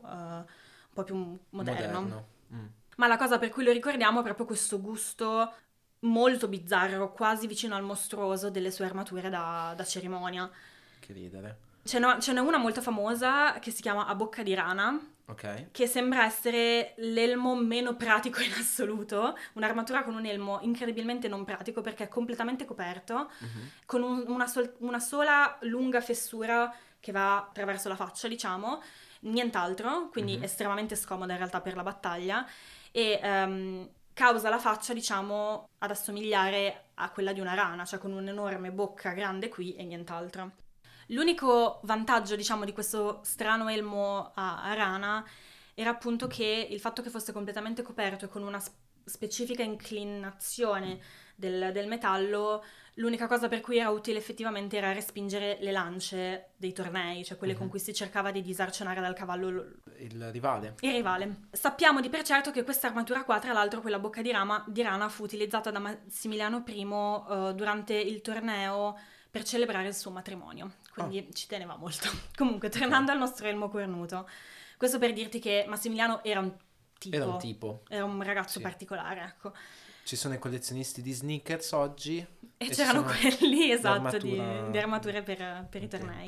moderno. Ma la cosa per cui lo ricordiamo è proprio questo gusto molto bizzarro, quasi vicino al mostruoso delle sue armature da cerimonia. Che ridere. Ce n'è una molto famosa che si chiama A bocca di rana, Ok. che sembra essere l'elmo meno pratico in assoluto, un'armatura con un elmo incredibilmente non pratico perché è completamente coperto, con una sola lunga fessura che va attraverso la faccia, diciamo, nient'altro, quindi estremamente scomoda in realtà per la battaglia, e causa la faccia, diciamo, ad assomigliare a quella di una rana, cioè con un'enorme bocca grande qui e nient'altro. L'unico vantaggio, diciamo, di questo strano elmo a rana era appunto che il fatto che fosse completamente coperto e con una specifica inclinazione del metallo, l'unica cosa per cui era utile effettivamente era respingere le lance dei tornei, cioè quelle con cui si cercava di disarcionare dal cavallo il rivale. Il rivale. Sappiamo di per certo che questa armatura qua, tra l'altro quella bocca di rana, fu utilizzata da Massimiliano I durante il torneo per celebrare il suo matrimonio, quindi ci teneva molto. Comunque, tornando al nostro elmo cornuto, questo per dirti che Massimiliano era un tipo. Era un ragazzo particolare, ecco. Ci sono i collezionisti di sneakers oggi. E c'erano quelli, esatto, di armature per i tornei.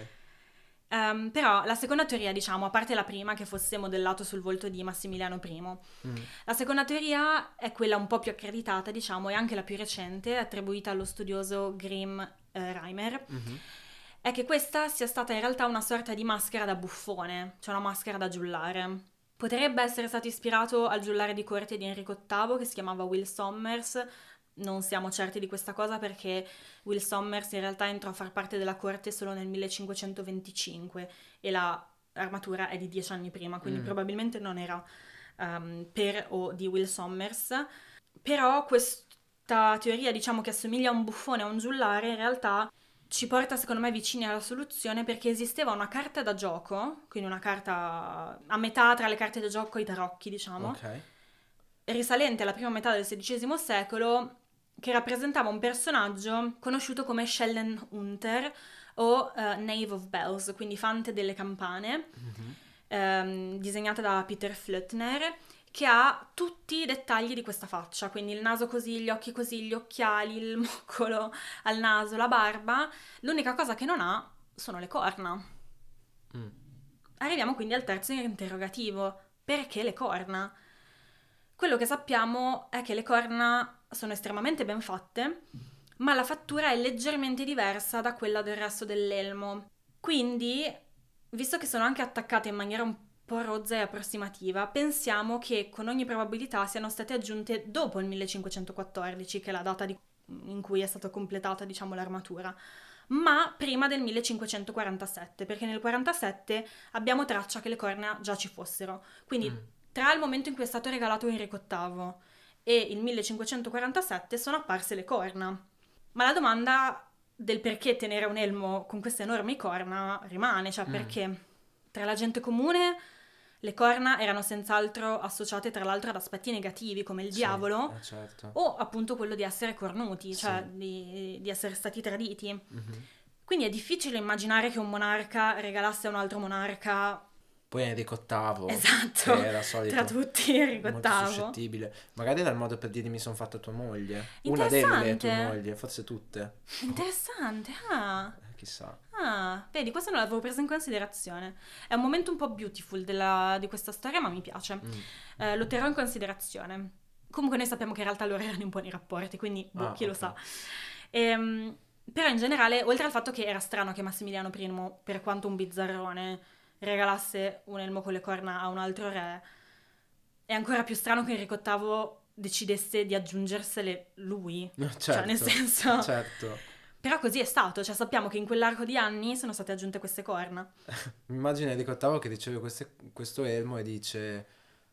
Ok. Però la seconda teoria, diciamo, a parte la prima che fosse modellato sul volto di Massimiliano I, la seconda teoria è quella un po' più accreditata, diciamo, e anche la più recente, attribuita allo studioso Grimm Reimer, è che questa sia stata in realtà una sorta di maschera da buffone, cioè una maschera da giullare. Potrebbe essere stato ispirato al giullare di corte di Enrico VIII che si chiamava Will Sommers. Non siamo certi di questa cosa perché Will Sommers in realtà entrò a far parte della corte solo nel 1525 e la armatura è di 10 anni prima, quindi probabilmente non era per o di Will Sommers. Però questa teoria, diciamo, che assomiglia a un buffone, a un giullare, in realtà ci porta secondo me vicini alla soluzione, perché esisteva una carta da gioco, quindi una carta a metà tra le carte da gioco e i tarocchi, diciamo, risalente alla prima metà del XVI secolo, che rappresentava un personaggio conosciuto come Schellenhunter o Knave of Bells, quindi fante delle campane, disegnata da Peter Flötner, che ha tutti i dettagli di questa faccia, quindi il naso così, gli occhi così, gli occhiali, il moccolo al naso, la barba. L'unica cosa che non ha sono le corna. Arriviamo quindi al terzo interrogativo: perché le corna? Quello che sappiamo è che le corna sono estremamente ben fatte, ma la fattura è leggermente diversa da quella del resto dell'elmo. Quindi, visto che sono anche attaccate in maniera un po' rozza e approssimativa, pensiamo che con ogni probabilità siano state aggiunte dopo il 1514, che è la data in cui è stata completata, diciamo, l'armatura, ma prima del 1547, perché nel 47 abbiamo traccia che le corna già ci fossero. Quindi tra il momento in cui è stato regalato Enrico VIII e il 1547 sono apparse le corna. Ma la domanda del perché tenere un elmo con queste enormi corna rimane, cioè perché tra la gente comune le corna erano senz'altro associate tra l'altro ad aspetti negativi come il diavolo, certo. o appunto quello di essere cornuti, cioè di essere stati traditi. Quindi è difficile immaginare che un monarca regalasse a un altro monarca. Poi Enrico VIII, esatto, che era solito, tra tutti Enrico molto VIII. suscettibile. Magari era il modo per dire mi sono fatta tua moglie. Una Interessante. delle tue mogli, forse tutte. Interessante, chissà. Ah, vedi, questo non l'avevo preso in considerazione. È un momento un po' beautiful di questa storia, ma mi piace. Lo terrò in considerazione. Comunque noi sappiamo che in realtà loro erano in buoni rapporti, quindi chi lo sa. Però in generale, oltre al fatto che era strano che Massimiliano I, per quanto un bizzarrone, regalasse un elmo con le corna a un altro re, è ancora più strano che Enrico VIII decidesse di aggiungersele lui. Certo, cioè, nel senso... certo. Però così è stato, cioè sappiamo che in quell'arco di anni sono state aggiunte queste corna. Mi immagino Enrico VIII che riceve questo elmo e dice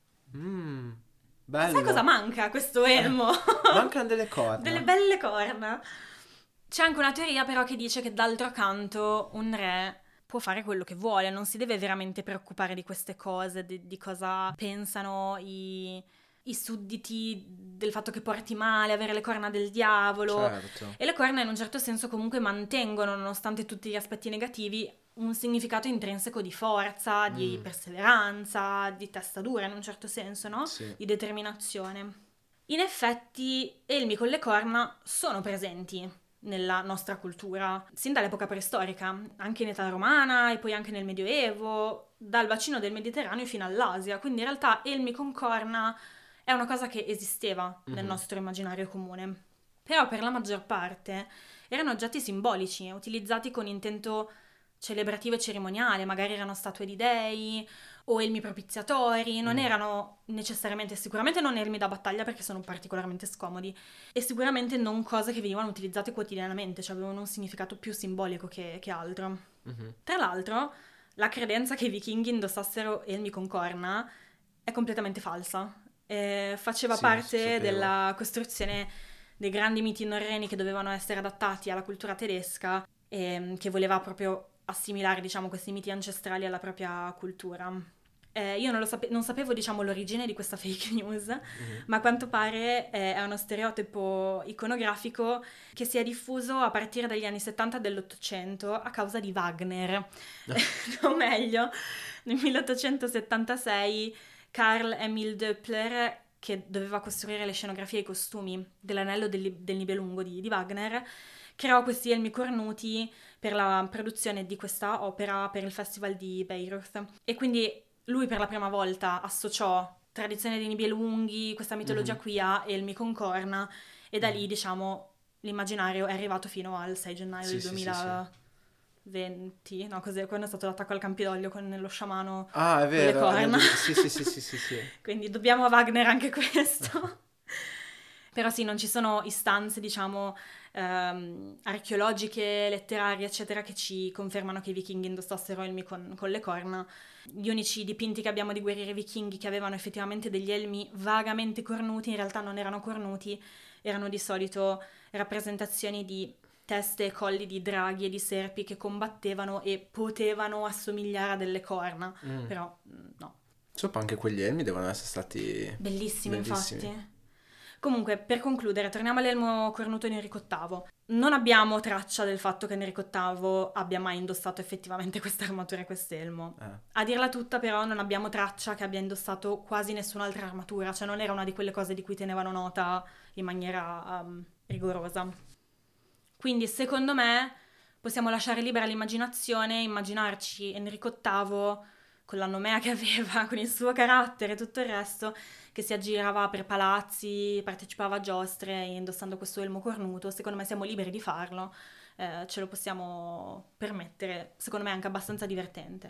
bello. Sai cosa manca a questo elmo? Mancano delle corna. Delle belle corna. C'è anche una teoria però che dice che d'altro canto un re può fare quello che vuole, non si deve veramente preoccupare di queste cose, di cosa pensano i sudditi, del fatto che porti male, avere le corna del diavolo. Certo. E le corna in un certo senso comunque mantengono, nonostante tutti gli aspetti negativi, un significato intrinseco di forza, di perseveranza, di testa dura in un certo senso, no? Sì. Di determinazione. In effetti, elmi con le corna sono presenti nella nostra cultura, sin dall'epoca preistorica, anche in età romana e poi anche nel Medioevo, dal bacino del Mediterraneo fino all'Asia. Quindi in realtà elmi con corna è una cosa che esisteva nel nostro immaginario comune. Però per la maggior parte erano oggetti simbolici, utilizzati con intento celebrativo e cerimoniale, magari erano statue di dei o elmi propiziatori, non erano necessariamente, sicuramente non elmi da battaglia perché sono particolarmente scomodi e sicuramente non cose che venivano utilizzate quotidianamente, cioè avevano un significato più simbolico che altro. Tra l'altro, la credenza che i vichinghi indossassero elmi con corna è completamente falsa. Faceva parte della costruzione dei grandi miti norreni che dovevano essere adattati alla cultura tedesca e che voleva proprio assimilare, diciamo, questi miti ancestrali alla propria cultura. Io non sapevo, diciamo, l'origine di questa fake news, ma a quanto pare è uno stereotipo iconografico che si è diffuso a partire dagli anni 70 dell'Ottocento a causa di Wagner. O meglio, nel 1876 Karl Emil Doppler, che doveva costruire le scenografie e i costumi dell'Anello del Nibelungo di Wagner, creò questi elmi cornuti per la produzione di questa opera per il Festival di Bayreuth. E quindi lui per la prima volta associò tradizione dei Nibelunghi, questa mitologia qui a elmi con corna, e da lì, diciamo, l'immaginario è arrivato fino al 6 gennaio del 2020, no, così, quando è stato l'attacco al Campidoglio con lo sciamano è vero, con le corna. Sì. Quindi dobbiamo a Wagner anche questo. Però sì, non ci sono istanze, diciamo, archeologiche, letterarie, eccetera, che ci confermano che i vichinghi indossassero elmi con le corna. Gli unici dipinti che abbiamo di guerrieri vichinghi che avevano effettivamente degli elmi vagamente cornuti, in realtà non erano cornuti, erano di solito rappresentazioni di teste e colli di draghi e di serpi che combattevano e potevano assomigliare a delle corna, però no. Insomma, anche quegli elmi devono essere stati bellissimi. Infatti. Comunque, per concludere, torniamo all'elmo cornuto di Enrico VIII. Non abbiamo traccia del fatto che Enrico VIII abbia mai indossato effettivamente questa armatura e quest'elmo. A dirla tutta, però, non abbiamo traccia che abbia indossato quasi nessun'altra armatura, cioè non era una di quelle cose di cui tenevano nota in maniera rigorosa. Quindi, secondo me, possiamo lasciare libera l'immaginazione, immaginarci Enrico VIII con la nomea che aveva, con il suo carattere e tutto il resto, che si aggirava per palazzi, partecipava a giostre indossando questo elmo cornuto. Secondo me siamo liberi di farlo, ce lo possiamo permettere, secondo me è anche abbastanza divertente.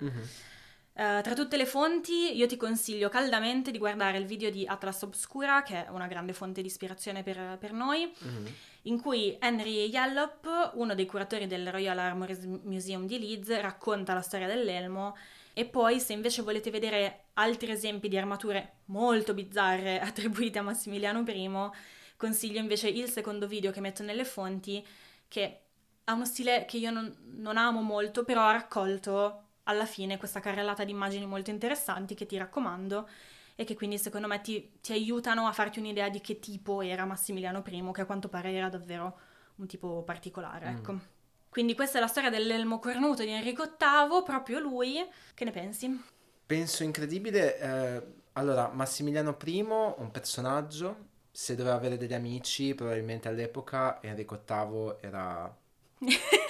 Tra tutte le fonti io ti consiglio caldamente di guardare il video di Atlas Obscura, che è una grande fonte di ispirazione per noi, in cui Henry Yallop, uno dei curatori del Royal Armouries Museum di Leeds, racconta la storia dell'elmo. E poi, se invece volete vedere altri esempi di armature molto bizzarre attribuite a Massimiliano I, consiglio invece il secondo video che metto nelle fonti, che ha uno stile che io non amo molto, però ha raccolto alla fine questa carrellata di immagini molto interessanti che ti raccomando e che quindi secondo me ti aiutano a farti un'idea di che tipo era Massimiliano I, che a quanto pare era davvero un tipo particolare, ecco. Quindi questa è la storia dell'elmo cornuto di Enrico VIII, proprio lui. Che ne pensi? Penso incredibile. Allora, Massimiliano I, un personaggio, se doveva avere degli amici, probabilmente all'epoca Enrico VIII era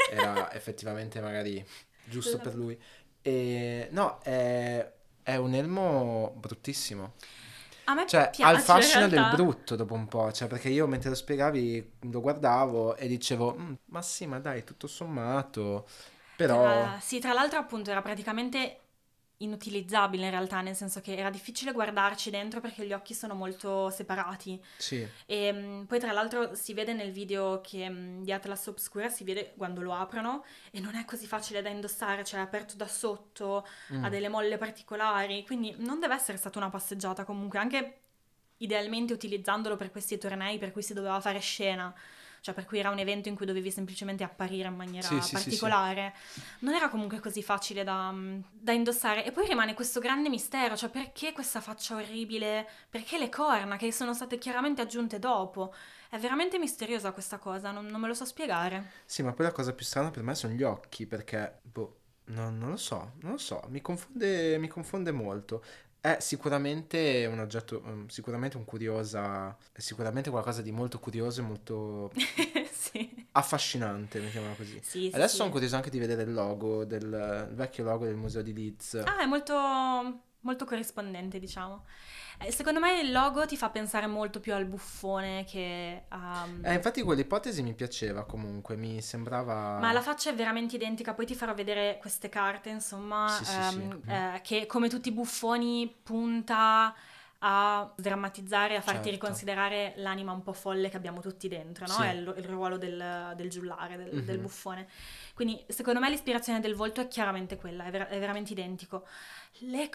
era effettivamente magari giusto La- per lui. E no, è un elmo bruttissimo. A me Cioè, ha il piace in fascino del realtà. brutto dopo un po', cioè, perché io mentre lo spiegavi lo guardavo e dicevo, ma sì, ma dai, tutto sommato, però Sì, tra l'altro appunto era praticamente inutilizzabile in realtà, nel senso che era difficile guardarci dentro perché gli occhi sono molto separati. sì, E poi tra l'altro si vede nel video che di Atlas Obscura, si vede quando lo aprono e non è così facile da indossare, cioè è aperto da sotto, ha mm, delle molle particolari, quindi non deve essere stata una passeggiata comunque, anche idealmente utilizzandolo per questi tornei per cui si doveva fare scena, cioè per cui era un evento in cui dovevi semplicemente apparire in sì, maniera sì, sì, sì. particolare, non era comunque così facile da indossare. E poi rimane questo grande mistero, cioè perché questa faccia orribile, perché le corna che sono state chiaramente aggiunte dopo. È veramente misteriosa questa cosa, non me lo so spiegare. Sì, ma poi la cosa più strana per me sono gli occhi, perché, boh, non lo so, mi confonde molto. È sicuramente un oggetto, sicuramente un curiosa, è sicuramente qualcosa di molto curioso e molto Sì, affascinante, mettiamola così. sì, sì, Adesso sono sì. curioso anche di vedere il vecchio logo del museo di Leeds. Ah, è molto, molto corrispondente, diciamo. Secondo me il logo ti fa pensare molto più al buffone che a... Infatti quell'ipotesi mi piaceva comunque, mi Ma la sembrava... faccia è veramente identica, poi ti farò vedere queste carte, insomma, Sì, sì, sì, che come tutti i buffoni punta a sdrammatizzare, a farti certo. riconsiderare l'anima un po' folle che abbiamo tutti dentro, no? È Sì. il ruolo del giullare, del Mhm. buffone. Quindi, secondo me, l'ispirazione del volto è chiaramente quella, è veramente identico. Le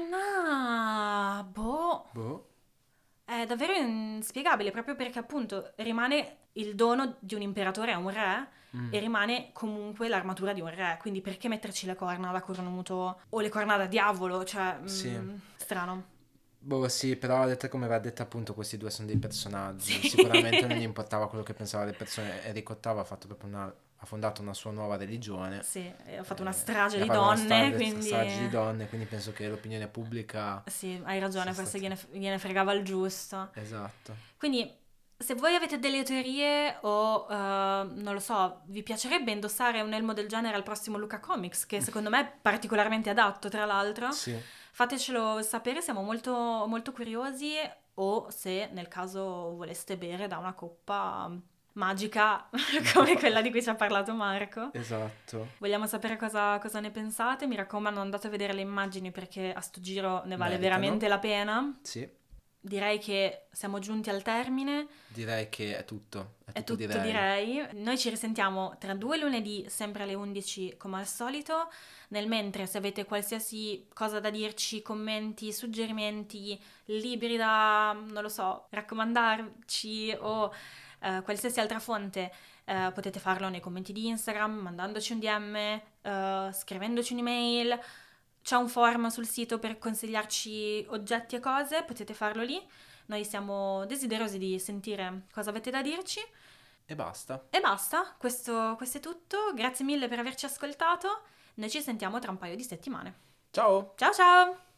corna, boh, Boh. è davvero inspiegabile, proprio perché appunto rimane il dono di un imperatore a un re Mm. e rimane comunque l'armatura di un re, quindi perché metterci le corna da cornuto o le corna da diavolo? Cioè, Sì. strano. Boh, sì, però detta come va detta appunto questi due sono dei personaggi. Sì. Sicuramente non gli importava quello che pensavano le persone. Enrico VIII ha fatto proprio ha fondato una sua nuova religione. Sì, ho fatto una strage E ha di fatto una donne, strage di quindi donne, quindi penso che l'opinione pubblica sì, hai sia ragione, forse stata... gliene fregava il giusto. Esatto. Quindi, se voi avete delle teorie o, non lo so, vi piacerebbe indossare un elmo del genere al prossimo Luca Comics, che secondo me è particolarmente adatto, tra l'altro, Sì. fatecelo sapere, siamo molto, molto curiosi, o se nel caso voleste bere da una coppa magica come quella di cui ci ha parlato Marco. Esatto. Vogliamo sapere cosa ne pensate? Mi raccomando, andate a vedere le immagini perché a sto giro ne vale Meritano. veramente la pena. Sì. Direi che siamo giunti al termine, Direi che è è tutto tutto direi. direi. Noi ci risentiamo tra 2 lunedì, sempre alle 11 come al solito. Nel mentre, se avete qualsiasi cosa da dirci, commenti, suggerimenti, libri da, non lo so, raccomandarci o qualsiasi altra fonte, potete farlo nei commenti di Instagram, mandandoci un DM, scrivendoci un'email. C'è un forum sul sito per consigliarci oggetti e cose, potete farlo lì. Noi siamo desiderosi di sentire cosa avete da dirci. E basta. E basta, questo è tutto. Grazie mille per averci ascoltato. Noi ci sentiamo tra un paio di settimane. Ciao! Ciao ciao!